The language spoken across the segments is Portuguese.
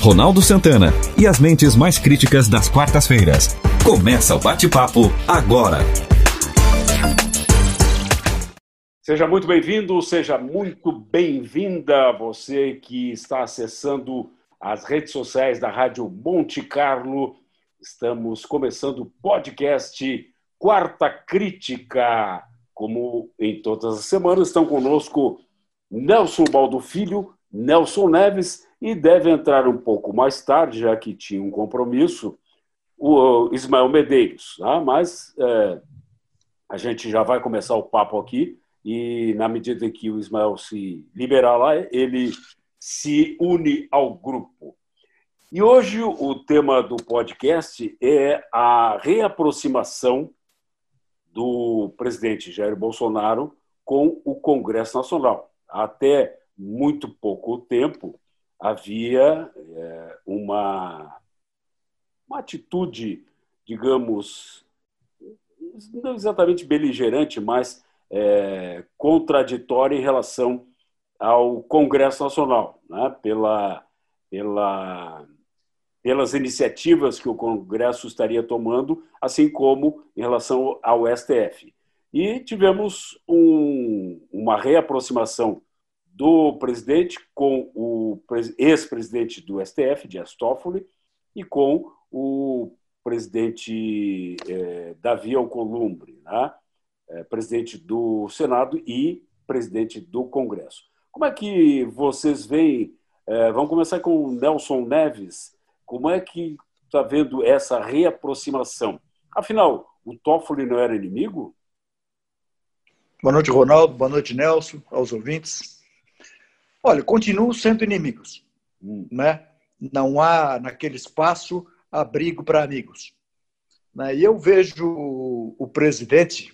Ronaldo Santana e as mentes mais críticas das quartas-feiras. Começa o bate-papo agora. Seja muito bem-vindo, seja muito bem-vinda você que está acessando as redes sociais da Rádio Monte Carlo. Estamos começando o podcast Quarta Crítica. Como em todas as semanas, estão conosco Nelson Baldo Filho, Nelson Neves e deve entrar um pouco mais tarde, já que tinha um compromisso, o Ismael Medeiros. Mas a gente já vai começar o papo aqui e, na medida em que o Ismael se liberar lá, ele se une ao grupo. E hoje o tema do podcast é a reaproximação do presidente Jair Bolsonaro com o Congresso Nacional. Até muito pouco tempo havia uma atitude, digamos, não exatamente beligerante, mas contraditória em relação ao Congresso Nacional, né? Pelas iniciativas que o Congresso estaria tomando, assim como em relação ao STF. E tivemos uma reaproximação do presidente com o ex-presidente do STF, Dias Toffoli, e com o presidente Davi Alcolumbre, né? Presidente do Senado e presidente do Congresso. Como é que vocês veem? Vamos começar com o Nelson Neves. Como é que está vendo essa reaproximação? Afinal, o Toffoli não era inimigo? Boa noite, Ronaldo. Boa noite, Nelson, aos ouvintes. Olha, continuam sendo inimigos, né? Não há, naquele espaço, abrigo para amigos. E eu vejo o presidente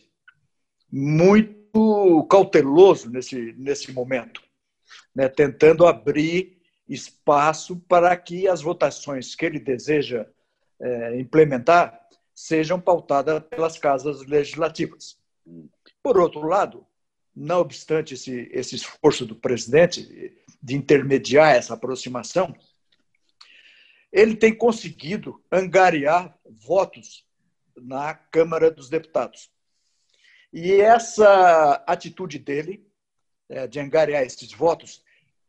muito cauteloso nesse momento, né? Tentando abrir espaço para que as votações que ele deseja implementar sejam pautadas pelas casas legislativas. Por outro lado, não obstante esse esforço do presidente de intermediar essa aproximação, ele tem conseguido angariar votos na Câmara dos Deputados. E essa atitude dele, de angariar esses votos,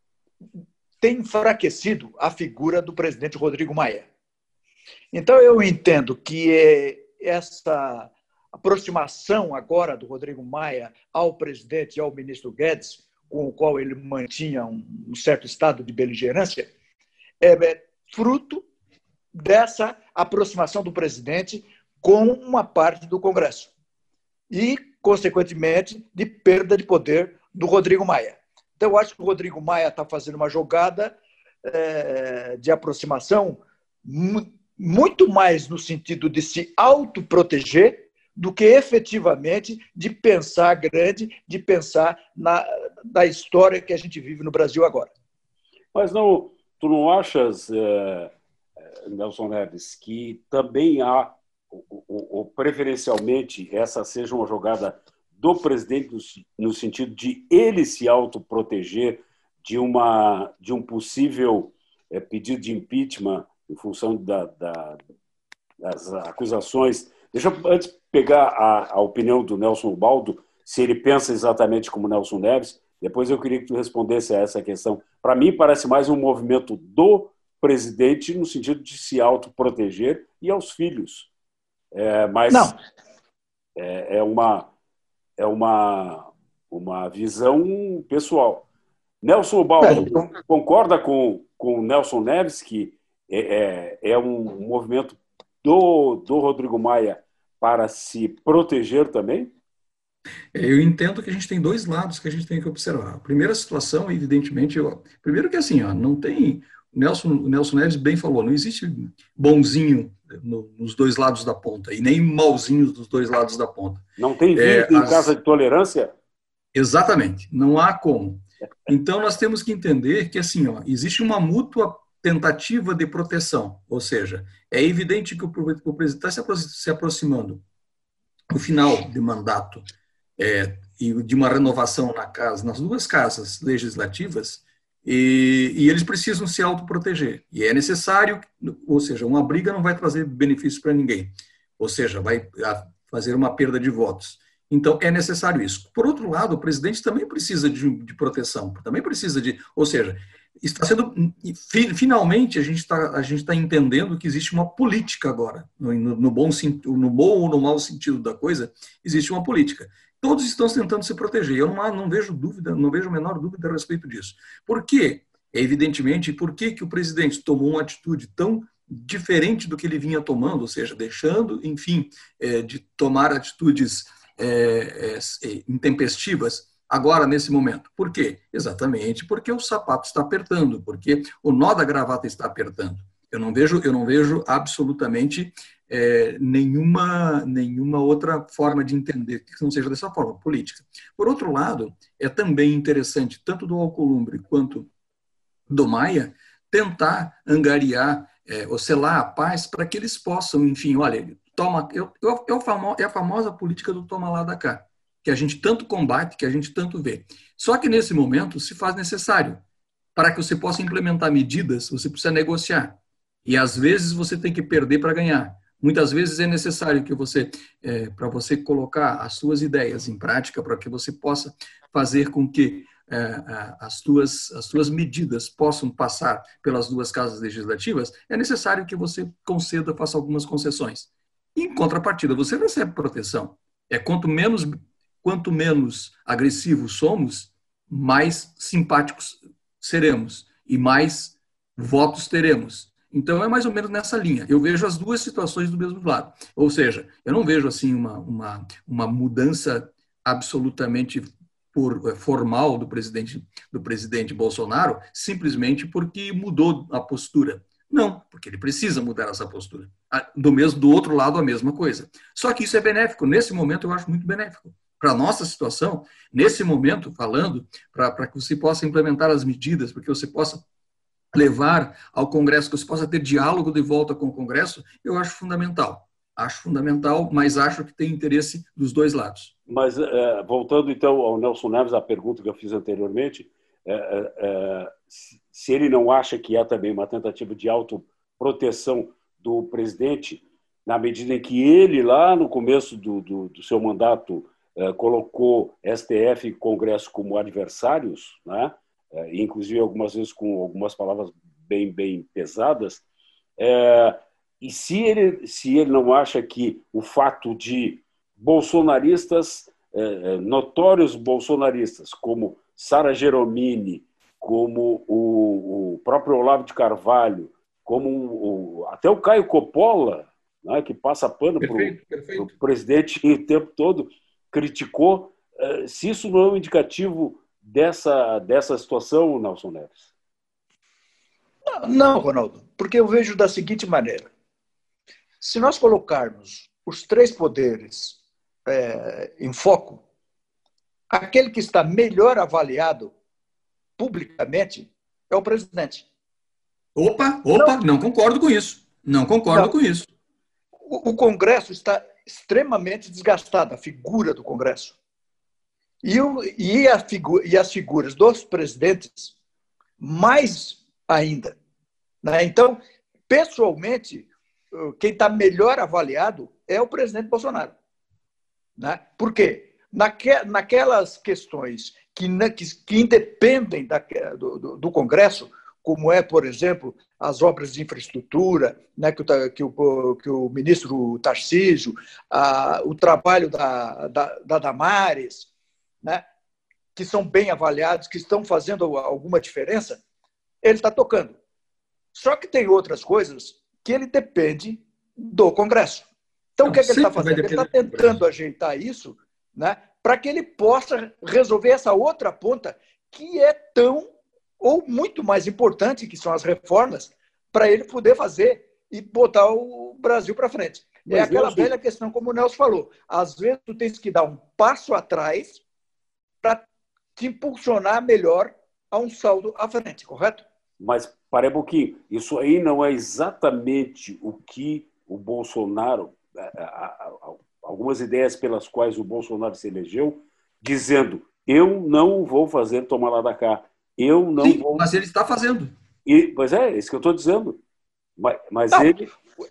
tem enfraquecido a figura do presidente Rodrigo Maia. Então, eu entendo que essa aproximação agora do Rodrigo Maia ao presidente e ao ministro Guedes, com o qual ele mantinha um certo estado de beligerância, é fruto dessa aproximação do presidente com uma parte do Congresso e, consequentemente, de perda de poder do Rodrigo Maia. Então, eu acho que o Rodrigo Maia está fazendo uma jogada de aproximação muito mais no sentido de se autoproteger do que efetivamente de pensar grande, de pensar na história que a gente vive no Brasil agora. Mas tu não achas, Nelson Neves, que também há, ou preferencialmente, essa seja uma jogada do presidente no sentido de ele se autoproteger de um possível pedido de impeachment em função das acusações? Deixa eu antes pegar a opinião do Nelson Baldo, se ele pensa exatamente como Nelson Neves. Depois eu queria que tu respondesse a essa questão. Para mim, parece mais um movimento do presidente no sentido de se autoproteger e aos filhos. Mas não. É uma visão pessoal. Nelson Baldo, concorda com o Nelson Neves que é um movimento do Rodrigo Maia para se proteger também? Eu entendo que a gente tem dois lados que a gente tem que observar. A primeira situação, evidentemente, primeiro que assim, não tem, o Nelson Neves bem falou, não existe bonzinho nos dois lados da ponta e nem malzinhos dos dois lados da ponta. Não tem vida em casa de tolerância? Exatamente, não há como. Então, nós temos que entender que assim, existe uma mútua tentativa de proteção, ou seja, é evidente que o presidente está se aproximando no final de mandato e de uma renovação nas duas casas legislativas, E eles precisam se autoproteger. E é necessário, ou seja, uma briga não vai trazer benefício para ninguém. Ou seja, vai fazer uma perda de votos. Então, é necessário isso. Por outro lado, o presidente também precisa de proteção, também precisa de... Ou seja, está sendo... Finalmente, a gente está entendendo que existe uma política agora. No bom ou no mau sentido da coisa, existe uma política. Todos estão tentando se proteger. Eu não vejo dúvida, não vejo a menor dúvida a respeito disso. Por quê? Evidentemente, por que o presidente tomou uma atitude tão diferente do que ele vinha tomando, ou seja, deixando, enfim, de tomar atitudes intempestivas agora, nesse momento? Por quê? Exatamente porque o sapato está apertando, porque o nó da gravata está apertando. Eu não vejo absolutamente nenhuma outra forma de entender que não seja dessa forma, política. Por outro lado, é também interessante, tanto do Alcolumbre quanto do Maia, tentar angariar ou selar a paz para que eles possam, enfim, olha, é a famosa política do toma lá da cá, que a gente tanto combate, que a gente tanto vê. Só que nesse momento se faz necessário. Para que você possa implementar medidas, você precisa negociar. E às vezes você tem que perder para ganhar. Muitas vezes é necessário que você, para você colocar as suas ideias em prática, para que você possa fazer com que as tuas medidas possam passar pelas duas casas legislativas, é necessário que você faça algumas concessões. Em contrapartida, você recebe proteção. Quanto menos agressivos somos, mais simpáticos seremos e mais votos teremos. Então, é mais ou menos nessa linha. Eu vejo as duas situações do mesmo lado. Ou seja, eu não vejo assim uma mudança absolutamente formal do presidente Bolsonaro, simplesmente porque mudou a postura. Não, porque ele precisa mudar essa postura. Do outro lado, a mesma coisa. Só que isso é benéfico. Nesse momento, eu acho muito benéfico. Para a nossa situação, nesse momento, falando, para que você possa implementar as medidas, para que você possa levar ao Congresso, que você possa ter diálogo de volta com o Congresso, eu acho fundamental. Acho fundamental, mas acho que tem interesse dos dois lados. Mas, voltando então ao Nelson Neves, a pergunta que eu fiz anteriormente, se ele não acha que há também uma tentativa de autoproteção do presidente, na medida em que ele, lá no começo do seu mandato, colocou STF e Congresso como adversários, né? Inclusive algumas vezes com algumas palavras bem pesadas, e se ele não acha que o fato de bolsonaristas, notórios bolsonaristas, como Sara Geromini, como o próprio Olavo de Carvalho, como até o Caio Coppola, né, que passa pano para o presidente o tempo todo, criticou, se isso não é um indicativo dessa situação, Nelson Neves? Não, Ronaldo, porque eu vejo da seguinte maneira. Se nós colocarmos os três poderes em foco, aquele que está melhor avaliado publicamente é o presidente. Opa, não concordo com isso. Não concordo com isso. O Congresso está extremamente desgastado, a figura do Congresso. E as figuras dos presidentes, mais ainda. Né? Então, pessoalmente, quem está melhor avaliado é o presidente Bolsonaro. Né? Por quê? Naquelas questões que independem do Congresso, como por exemplo, as obras de infraestrutura, né, que o ministro Tarcísio, o trabalho da Damares, né, que são bem avaliados, que estão fazendo alguma diferença, ele está tocando. Só que tem outras coisas que ele depende do Congresso. Então, o que ele está fazendo? Ele está tentando ajeitar isso, né, para que ele possa resolver essa outra ponta que é tão ou muito mais importante, que são as reformas, para ele poder fazer e botar o Brasil para frente. Mas aquela velha questão, como o Nelson falou. Às vezes, tu tens que dar um passo atrás para te impulsionar melhor a um saldo à frente, correto? Mas, para um pouquinho, isso aí não é exatamente o que o Bolsonaro... algumas ideias pelas quais o Bolsonaro se elegeu, dizendo: eu não vou fazer tomar lá da cá, Eu não Sim, vou... mas ele está fazendo. Pois é isso que eu estou dizendo. Mas Não, ele...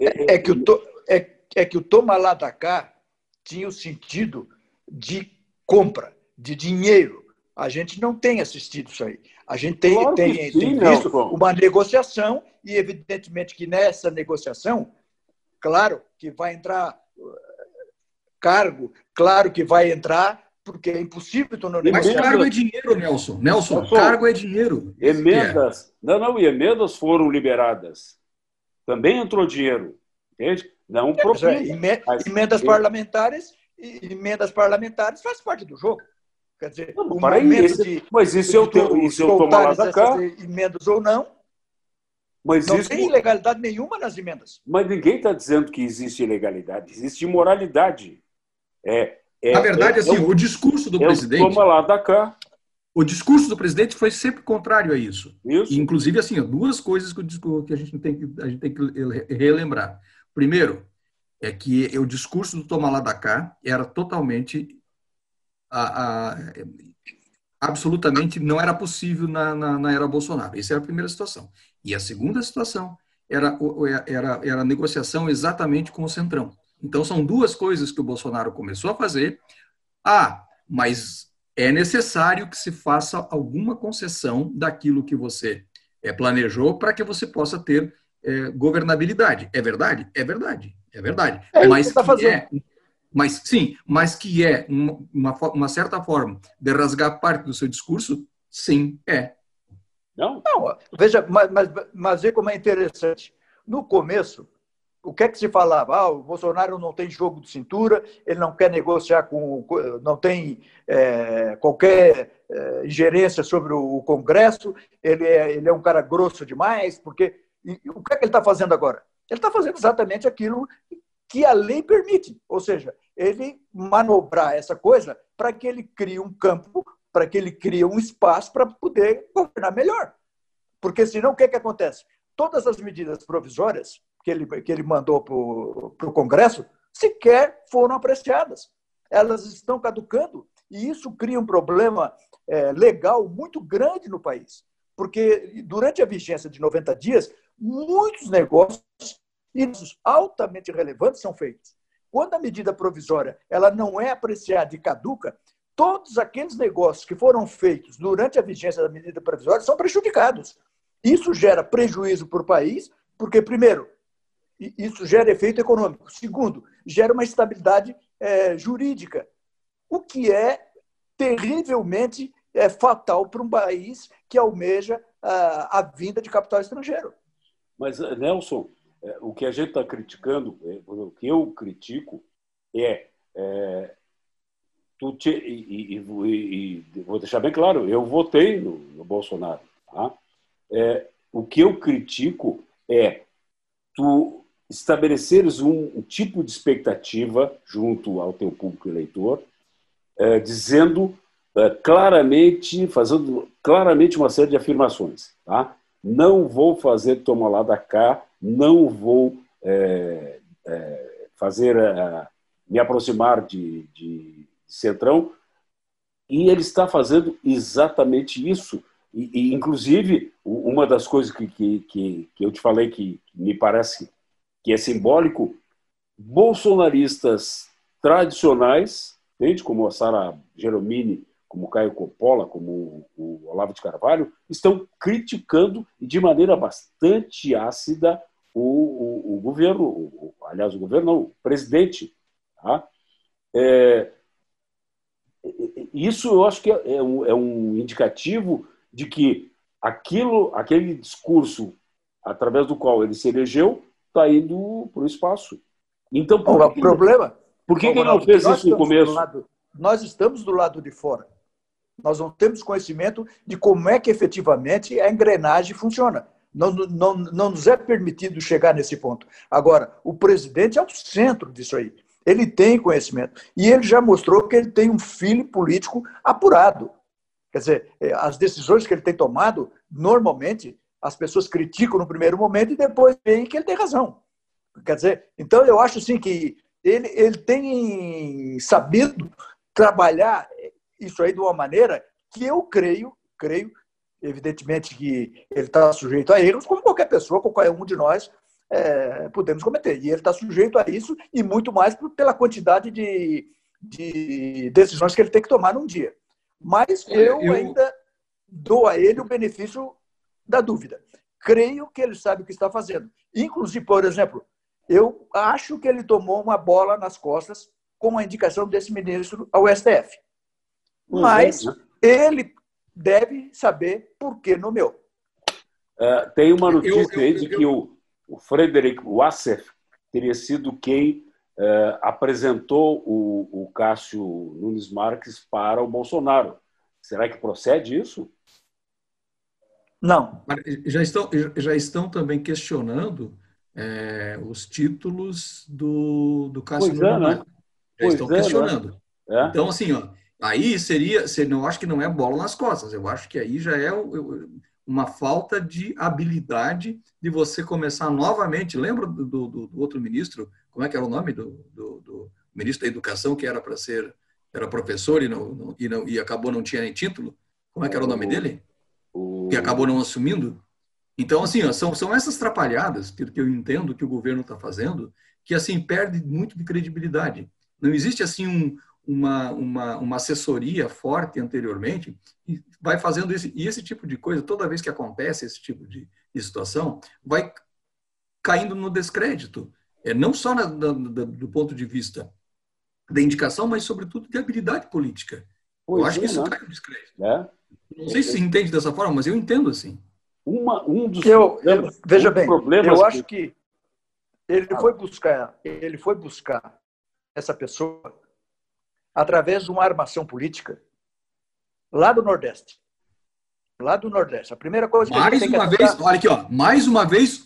é que o toma lá da cá tinha o sentido de compra, de dinheiro. A gente não tem assistido isso aí. A gente tem, Claro que tem, sim, tem visto Nelson. uma negociação e, evidentemente, que nessa negociação, claro que vai entrar cargo, claro que vai entrar, porque é impossível tu não Mas negociar. cargo é dinheiro, Nelson. Nelson, cargo é dinheiro. Esse que é. Emendas... Não, e emendas foram liberadas. Também entrou dinheiro. Entende? Não propina. Emendas parlamentares faz parte do jogo. Quer dizer, Não, o para aí, momento de mas isso eu tomo lá da cá. Emendas ou não, Mas não isso, tem ilegalidade nenhuma nas emendas. mas ninguém está dizendo que existe ilegalidade, existe imoralidade. Na verdade, assim, o discurso do presidente... Toma lá da cá. O discurso do presidente foi sempre contrário a isso. Isso. E, inclusive, assim, duas coisas que a gente tem que relembrar. Primeiro, é que o discurso do toma lá da cá era totalmente, absolutamente, não era possível na era Bolsonaro. Essa era a primeira situação. E a segunda situação era a negociação exatamente com o Centrão. Então, são duas coisas que o Bolsonaro começou a fazer. Mas é necessário que se faça alguma concessão daquilo que você planejou para que você possa ter governabilidade. É verdade? É verdade. É verdade. Mas que é uma certa forma de rasgar parte do seu discurso, sim, é. Não, veja, mas veja como é interessante. No começo, o que é que se falava? O Bolsonaro não tem jogo de cintura, ele não quer negociar não tem qualquer ingerência sobre o Congresso, ele é um cara grosso demais, porque... E o que é que ele está fazendo agora? Ele está fazendo exatamente aquilo que a lei permite, ou seja, ele manobrar essa coisa para que ele crie um campo, para que ele crie um espaço para poder governar melhor. Porque senão o que acontece? Todas as medidas provisórias que ele mandou para o Congresso sequer foram apreciadas. Elas estão caducando e isso cria um problema legal muito grande no país. Porque durante a vigência de 90 dias, muitos negócios altamente relevantes são feitos. Quando a medida provisória ela não é apreciada e caduca, todos aqueles negócios que foram feitos durante a vigência da medida provisória são prejudicados. Isso gera prejuízo para o país, porque, primeiro, isso gera efeito econômico. Segundo, gera uma estabilidade jurídica, o que é terrivelmente fatal para um país que almeja a vinda de capital estrangeiro. Mas, Nelson, o que a gente está criticando, o que eu critico vou deixar bem claro, eu votei no Bolsonaro. Tá? O que eu critico é tu estabeleceres um tipo de expectativa junto ao teu público eleitor, dizendo claramente, fazendo claramente uma série de afirmações. Tá? Não vou fazer toma lá da cá, não vou me aproximar de Centrão, e ele está fazendo exatamente isso. E inclusive, uma das coisas que eu te falei que me parece que é simbólico, bolsonaristas tradicionais, entende? Como a Sara Geromini, como o Caio Coppola, como o Olavo de Carvalho, estão criticando de maneira bastante ácida o governo, aliás, o governo não, o presidente. Tá? Isso eu acho que é um indicativo de que aquele discurso através do qual ele se elegeu está indo para o espaço. Então, por que ele não fez isso no começo? Nós estamos do lado de fora. Nós não temos conhecimento de como é que efetivamente a engrenagem funciona. Não nos é permitido chegar nesse ponto. Agora, o presidente é o centro disso aí. Ele tem conhecimento. E ele já mostrou que ele tem um feeling político apurado. Quer dizer, as decisões que ele tem tomado, normalmente, as pessoas criticam no primeiro momento e depois veem que ele tem razão. Quer dizer, então eu acho assim que ele tem sabido trabalhar isso aí de uma maneira que eu creio, evidentemente que ele está sujeito a erros, como qualquer pessoa, qualquer um de nós podemos cometer. E ele está sujeito a isso e muito mais pela quantidade de decisões que ele tem que tomar num dia. Mas eu ainda dou a ele o benefício da dúvida. Creio que ele sabe o que está fazendo. Inclusive, por exemplo, eu acho que ele tomou uma bola nas costas com a indicação desse ministro ao STF. Mas ele deve saber por que nomeou. Tem uma notícia aí de que o Frederic Wassef teria sido quem apresentou o Cássio Nunes Marques para o Bolsonaro. Será que procede isso? Não. Já estão também questionando os títulos do Cássio Nunes Marques. Já estão questionando. Então, assim, aí eu acho que não é bola nas costas. Eu acho que aí já é uma falta de habilidade de você começar novamente. Lembra do outro ministro? Como é que era o nome do ministro da Educação, que era para ser professor e acabou não tinha nem título? Como é que era o nome dele? Que acabou não assumindo? Então, assim, são essas trapalhadas que eu entendo que o governo está fazendo, que, assim, perde muito de credibilidade. Não existe, assim, uma assessoria forte anteriormente e vai fazendo isso. E esse tipo de coisa, toda vez que acontece esse tipo de situação, vai caindo no descrédito. Não só do ponto de vista da indicação, mas, sobretudo, de habilidade política. Eu acho que isso cai no descrédito. Não sei se entende dessa forma, mas eu entendo assim. Veja bem, eu acho que ele foi buscar essa pessoa através de uma armação política lá do Nordeste. Lá do Nordeste. A primeira coisa que mais uma vez, olha aqui, mais uma vez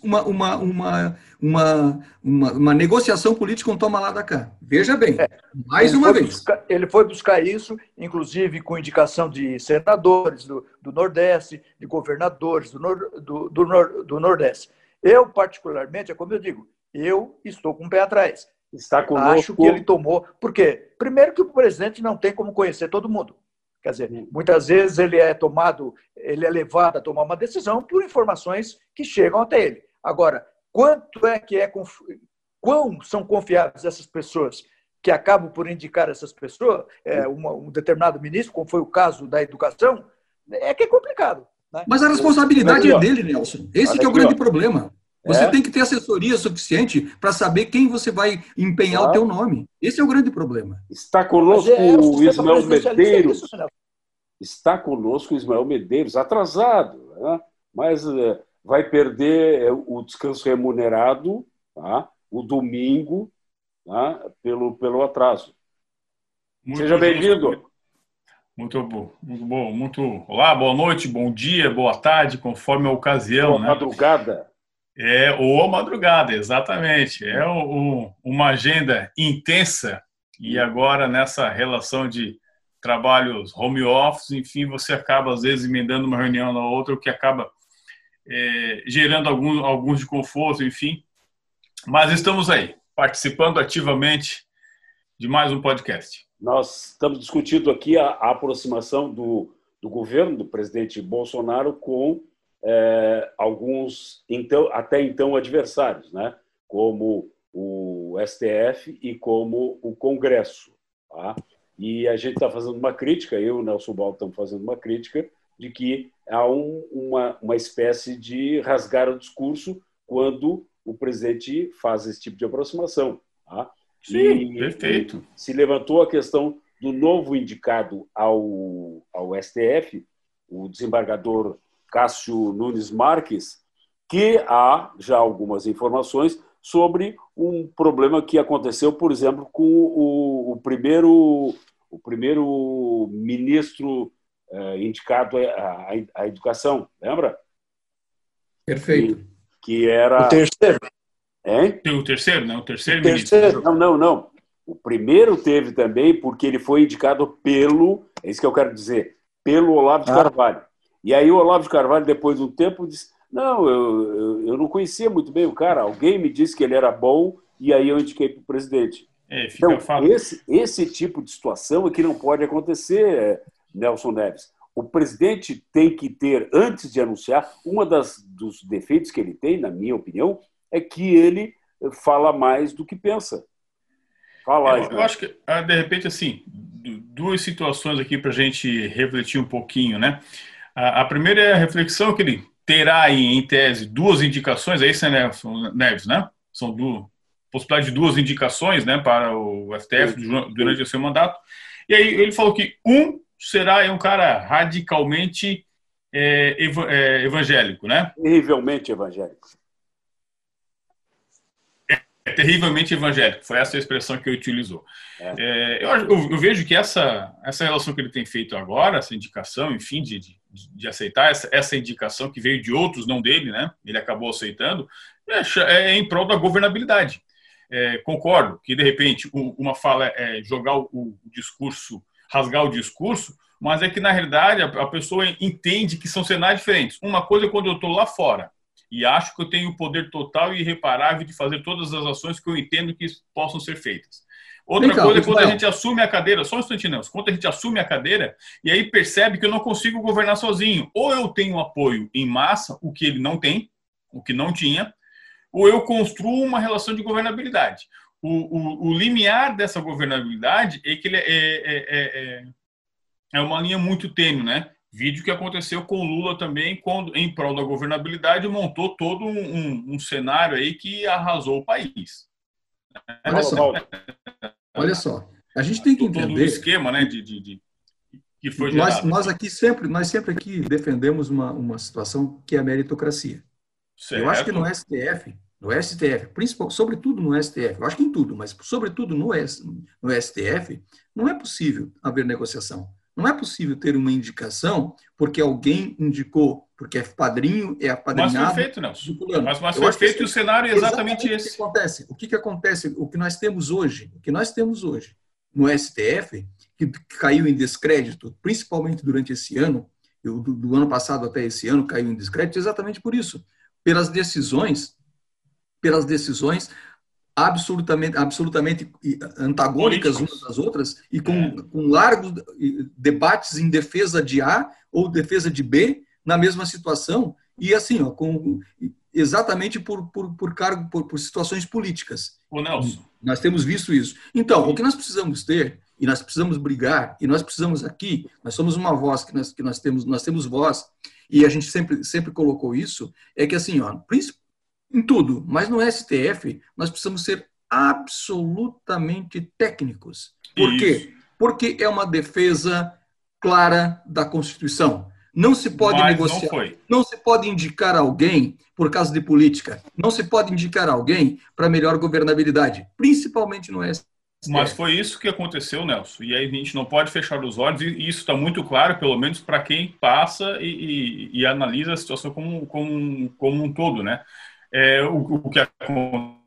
uma negociação política com toma lá da cá. Veja bem, mais uma vez. Ele foi buscar isso, inclusive com indicação de senadores do Nordeste, de governadores do Nordeste. Eu, particularmente, é como eu digo, eu estou com o pé atrás. Está conosco. Acho que ele tomou. Por quê? Primeiro que o presidente não tem como conhecer todo mundo. Quer dizer, muitas vezes ele é levado a tomar uma decisão por informações que chegam até ele. Agora, quão são confiáveis essas pessoas que acabam por indicar essas pessoas, um determinado ministro, como foi o caso da educação, que é complicado. Né? Mas a responsabilidade é dele, Nelson. Esse que é o grande problema. Você tem que ter assessoria suficiente para saber quem você vai empenhar o teu nome. Esse é o grande problema. Está conosco o Ismael Medeiros. Está conosco o Ismael Medeiros, atrasado, né? Mas vai perder o descanso remunerado, tá? O domingo, tá? pelo atraso. Seja bem-vindo. Muito bom. Olá, boa noite, bom dia, boa tarde, conforme a ocasião. Boa madrugada. Ou madrugada, exatamente. Uma agenda intensa e agora nessa relação de trabalhos home office, enfim, você acaba às vezes emendando uma reunião na outra, o que acaba gerando alguns de conforto, enfim. Mas estamos aí, participando ativamente de mais um podcast. Nós estamos discutindo aqui a aproximação do governo, do presidente Bolsonaro, com alguns até então adversários, né? Como o STF e como o Congresso. Tá? E a gente está fazendo uma crítica, eu e o Nelson Baldo estamos fazendo uma crítica de que há uma espécie de rasgar o discurso quando o presidente faz esse tipo de aproximação. Tá? Sim, perfeito. Se levantou a questão do novo indicado ao STF, o desembargador Cássio Nunes Marques, que há já algumas informações sobre um problema que aconteceu, por exemplo, com o primeiro ministro indicado à educação, lembra? Perfeito. Que era... O terceiro. Hein? O terceiro, não? O terceiro ministro. Não. O primeiro teve também, porque ele foi indicado é isso que eu quero dizer, pelo Olavo de Carvalho. E aí o Olavo de Carvalho, depois de um tempo, disse: não, eu não conhecia muito bem o cara, alguém me disse que ele era bom, e aí eu indiquei para o presidente. Então, esse tipo de situação é que não pode acontecer, Nelson Neves. o presidente tem que ter, antes de anunciar, dos defeitos que ele tem, na minha opinião, é que ele fala mais do que pensa. Eu acho que, de repente, assim, duas situações aqui para a gente refletir um pouquinho, né? A primeira é a reflexão que ele terá aí, em tese, duas indicações, aí, Neves, né? São possibilidade de duas indicações, né, para o STF durante o seu mandato. E aí ele falou que será um cara radicalmente evangélico, né? Terrivelmente evangélico. Terrivelmente evangélico, foi essa a expressão que ele utilizou. Eu vejo que essa relação que ele tem feito agora, essa indicação, enfim, de aceitar essa indicação que veio de outros, não dele, né? Ele acabou aceitando, em prol da governabilidade. Concordo que, de repente, uma fala é jogar o discurso, rasgar o discurso, mas é que, na realidade, a pessoa entende que são cenários diferentes. Uma coisa é quando eu estou lá fora e acho que eu tenho o poder total e irreparável de fazer todas as ações que eu entendo que possam ser feitas. Outra coisa é quando a gente assume a cadeira, só um instantinho, Nelson, quando a gente assume a cadeira e aí percebe que eu não consigo governar sozinho. Ou eu tenho apoio em massa, o que ele não tem, o que não tinha, ou eu construo uma relação de governabilidade. O limiar dessa governabilidade é que ele é uma linha muito tênue, né? Vídeo que aconteceu com o Lula também, quando, em prol da governabilidade, montou todo um cenário aí que arrasou o país. Olha só, a gente tem que entender... Todo o esquema, né, que foi gerado. Nós sempre aqui defendemos uma situação que é a meritocracia. Certo. Eu acho que no STF, sobretudo no STF, eu acho que em tudo, mas sobretudo no STF, não é possível haver negociação. Não é possível ter uma indicação porque alguém indicou, porque é padrinho, é apadrinhado. Mas foi feito, Nelson. Mas foi feito e o cenário é exatamente esse. O que acontece? O que nós temos hoje no STF, que caiu em descrédito, principalmente durante esse ano, do ano passado até esse ano caiu em descrédito, exatamente por isso. Pelas decisões absolutamente antagônicas umas das outras e com largos debates em defesa de A ou defesa de B na mesma situação e assim, exatamente por situações políticas. Ô, Nelson. Nós temos visto isso. Então, o que nós precisamos ter, e nós precisamos brigar, e nós precisamos aqui, nós somos uma voz que nós temos voz, e a gente sempre colocou isso, é que assim, em tudo, mas no STF, nós precisamos ser absolutamente técnicos. Por quê? Porque é uma defesa clara da Constituição. Não se pode negociar, não se pode indicar alguém por causa de política, não se pode indicar alguém para melhor governabilidade, principalmente no STF. Mas foi isso que aconteceu, Nelson, e aí a gente não pode fechar os olhos, e isso está muito claro, pelo menos para quem passa e analisa a situação como um todo, né? O que acontece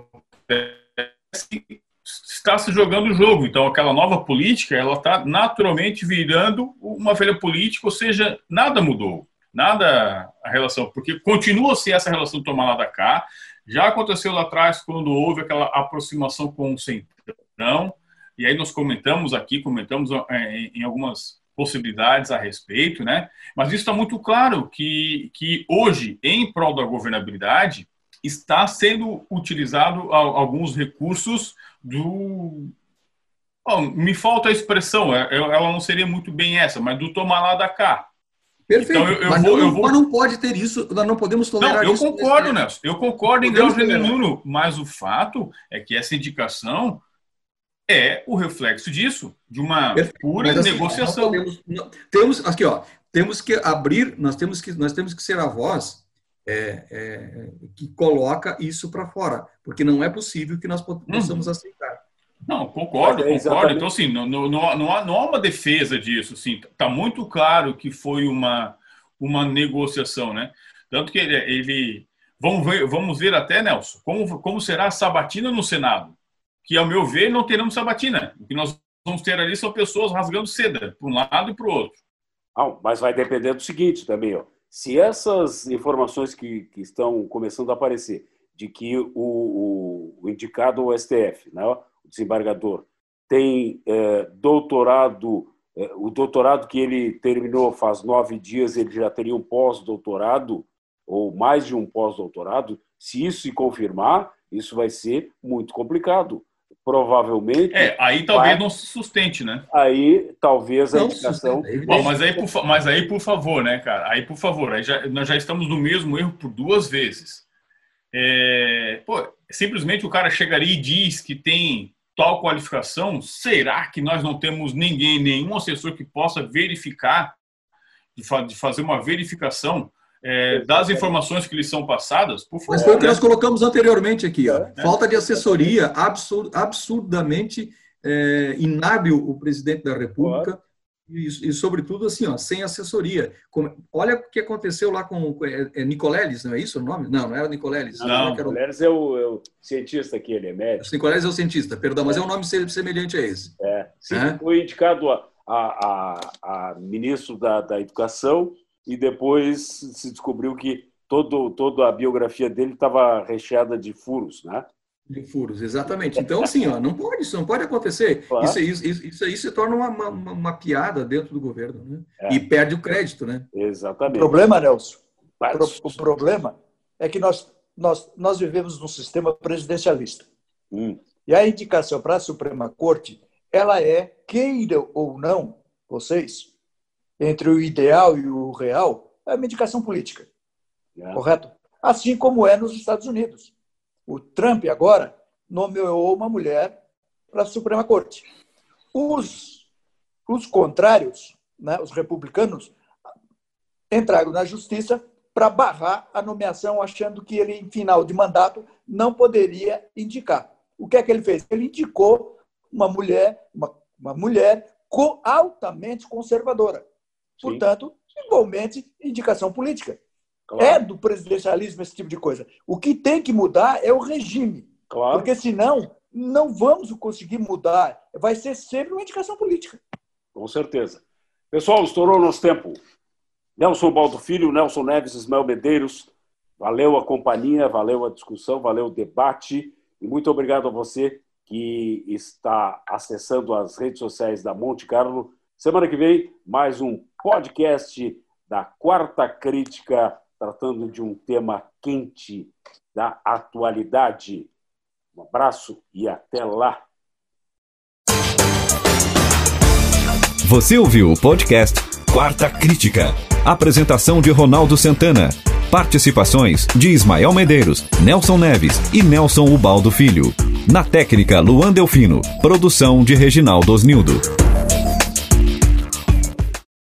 está se jogando o jogo. Então, aquela nova política, ela está naturalmente virando uma velha política, ou seja, nada mudou, nada a relação, porque continua a ser essa relação de tomar lá da cá. Já aconteceu lá atrás, quando houve aquela aproximação com o Centrão, e aí nós comentamos em algumas possibilidades a respeito, né? Mas isso está muito claro que hoje, em prol da governabilidade, está sendo utilizado alguns recursos me falta a expressão, ela não seria muito bem essa, mas do tomar lá da cá. Perfeito, então, mas não pode ter isso, nós não podemos tolerar isso. Eu concordo, Nelson, eu concordo em grau genuíno, mas o fato é que essa indicação é o reflexo disso, de uma pura negociação. Temos que abrir, nós temos que ser a voz que coloca isso para fora, porque não é possível que nós possamos aceitar. Não, concordo. Então, assim, não há uma defesa disso. Assim, está muito claro que foi uma negociação, né? Tanto que ele vamos ver até, Nelson, como será a sabatina no Senado, que, ao meu ver, não teremos sabatina. O que nós vamos ter ali são pessoas rasgando seda, para um lado e para o outro. Mas vai depender do seguinte também, ó. Se essas informações que estão começando a aparecer, de que o indicado ao STF, né, o desembargador, tem doutorado o doutorado que ele terminou faz 9 dias, ele já teria um pós-doutorado, ou mais de um pós-doutorado. Se isso se confirmar, isso vai ser muito complicado. Provavelmente... aí talvez não se sustente, né? Aí talvez a indicação... Bom, mas aí, por favor, né, cara? Aí, por favor, nós já estamos no mesmo erro por 2 vezes. Simplesmente o cara chegaria e diz que tem tal qualificação. Será que nós não temos nenhum assessor que possa verificar, de fazer uma verificação das informações que lhes são passadas? Por favor, mas foi o que nós colocamos anteriormente aqui. Falta de assessoria, absurdamente inábil o presidente da República. E, sobretudo, assim, sem assessoria. Olha o que aconteceu lá com Nicoleles, não é isso o nome? Não era Nicoleles. Não, Nicoleles é o cientista aqui, ele é médico. Nicoleles é o cientista, perdão, mas é um nome semelhante a esse. Sim, foi indicado a ministro da Educação e depois se descobriu que toda a biografia dele estava recheada de furos, né? De furos, exatamente. Então, assim, isso não pode acontecer. Claro. Isso aí se torna uma piada dentro do governo, né? E perde o crédito, né? Exatamente. O problema, Nelson, o problema é que nós vivemos num sistema presidencialista. E a indicação para a Suprema Corte, ela queira ou não, vocês, entre o ideal e o real, é uma indicação política. Correto? Assim como é nos Estados Unidos. O Trump agora nomeou uma mulher para a Suprema Corte. Os contrários, né, os republicanos, entraram na justiça para barrar a nomeação, achando que ele, em final de mandato, não poderia indicar. O que é que ele fez? Ele indicou uma mulher altamente conservadora. Sim. Portanto, igualmente, indicação política. Claro. É do presidencialismo esse tipo de coisa. O que tem que mudar é o regime. Claro. Porque, senão, não vamos conseguir mudar. Vai ser sempre uma indicação política. Com certeza. Pessoal, estourou nosso tempo. Nelson Ubaldo Filho, Nelson Neves, Ismael Medeiros. Valeu a companhia, valeu a discussão, valeu o debate. E muito obrigado a você que está acessando as redes sociais da Monte Carlo. Semana que vem, mais um podcast da Quarta Crítica, tratando de um tema quente da atualidade. Um abraço e até lá. Você ouviu o podcast Quarta Crítica. Apresentação de Ronaldo Santana. Participações de Ismael Medeiros, Nelson Neves e Nelson Ubaldo Filho. Na técnica, Luan Delfino. Produção de Reginaldo Osnildo.